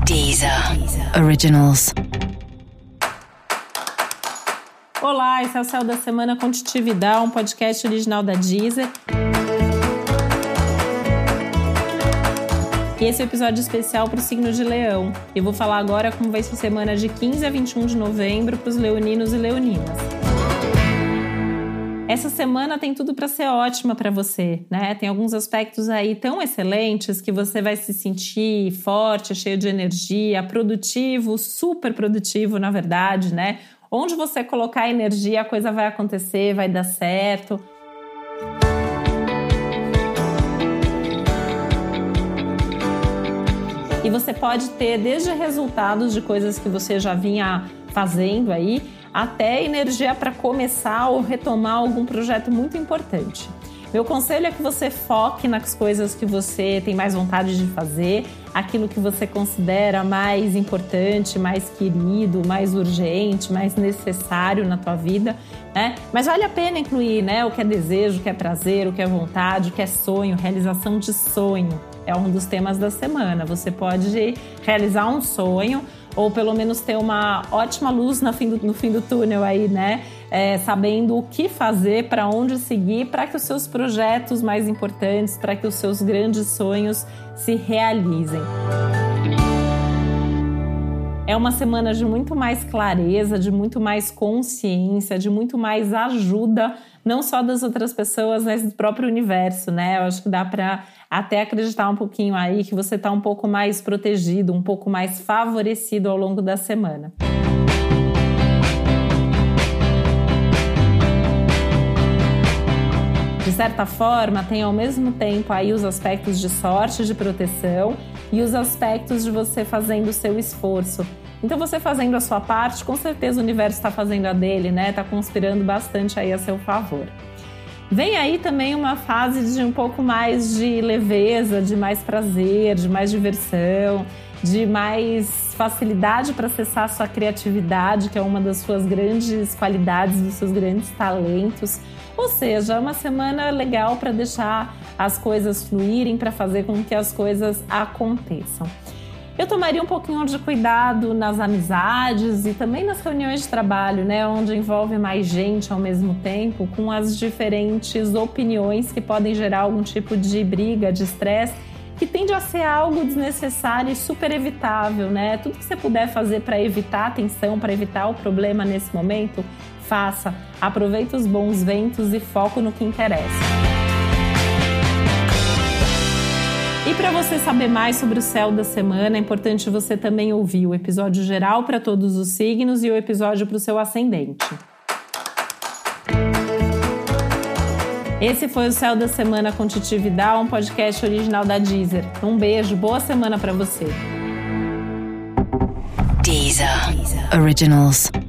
Deezer Originals. Olá, esse é o Céu da Semana com Titi Vidal, um podcast original da Deezer. E esse é o um episódio especial para o signo de Leão. Eu vou falar agora como vai ser a semana de 15 a 21 de novembro para os leoninos e leoninas. Essa semana tem tudo para ser ótima para você, né? Tem alguns aspectos aí tão excelentes que você vai se sentir forte, cheio de energia, produtivo, super produtivo, na verdade, né? Onde você colocar energia, a coisa vai acontecer, vai dar certo. E você pode ter desde resultados de coisas que você já vinha fazendo aí, até energia para começar ou retomar algum projeto muito importante. Meu conselho é que você foque nas coisas que você tem mais vontade de fazer, aquilo que você considera mais importante, mais querido, mais urgente, mais necessário na tua vida, né? Mas vale a pena incluir, né? O que é desejo, o que é prazer, o que é vontade, o que é sonho, realização de sonho. É um dos temas da semana. Você pode realizar um sonho ou pelo menos ter uma ótima luz no fim do túnel aí, né? Sabendo o que fazer, para onde seguir, para que os seus projetos mais importantes, para que os seus grandes sonhos se realizem. É uma semana de muito mais clareza, de muito mais consciência, de muito mais ajuda, não só das outras pessoas, mas do próprio universo, né? Eu acho que dá para até acreditar um pouquinho aí que você está um pouco mais protegido, um pouco mais favorecido ao longo da semana. De certa forma, tem ao mesmo tempo aí os aspectos de sorte, de proteção e os aspectos de você fazendo o seu esforço. Então, você fazendo a sua parte, com certeza o universo está fazendo a dele, né? Está conspirando bastante aí a seu favor. Vem aí também uma fase de um pouco mais de leveza, de mais prazer, de mais diversão, de mais facilidade para acessar a sua criatividade, que é uma das suas grandes qualidades, dos seus grandes talentos. Ou seja, é uma semana legal para deixar as coisas fluírem, para fazer com que as coisas aconteçam. Eu tomaria um pouquinho de cuidado nas amizades e também nas reuniões de trabalho, né, onde envolve mais gente ao mesmo tempo, com as diferentes opiniões que podem gerar algum tipo de briga, de estresse, que tende a ser algo desnecessário e super evitável, né? Tudo que você puder fazer para evitar a tensão, para evitar o problema nesse momento, faça. Aproveita os bons ventos e foco no que interessa. E para você saber mais sobre o céu da semana, é importante você também ouvir o episódio geral para todos os signos e o episódio para o seu ascendente. Esse foi o Céu da Semana com Titi Vidal, um podcast original da Deezer. Um beijo, boa semana para você. Deezer Originals.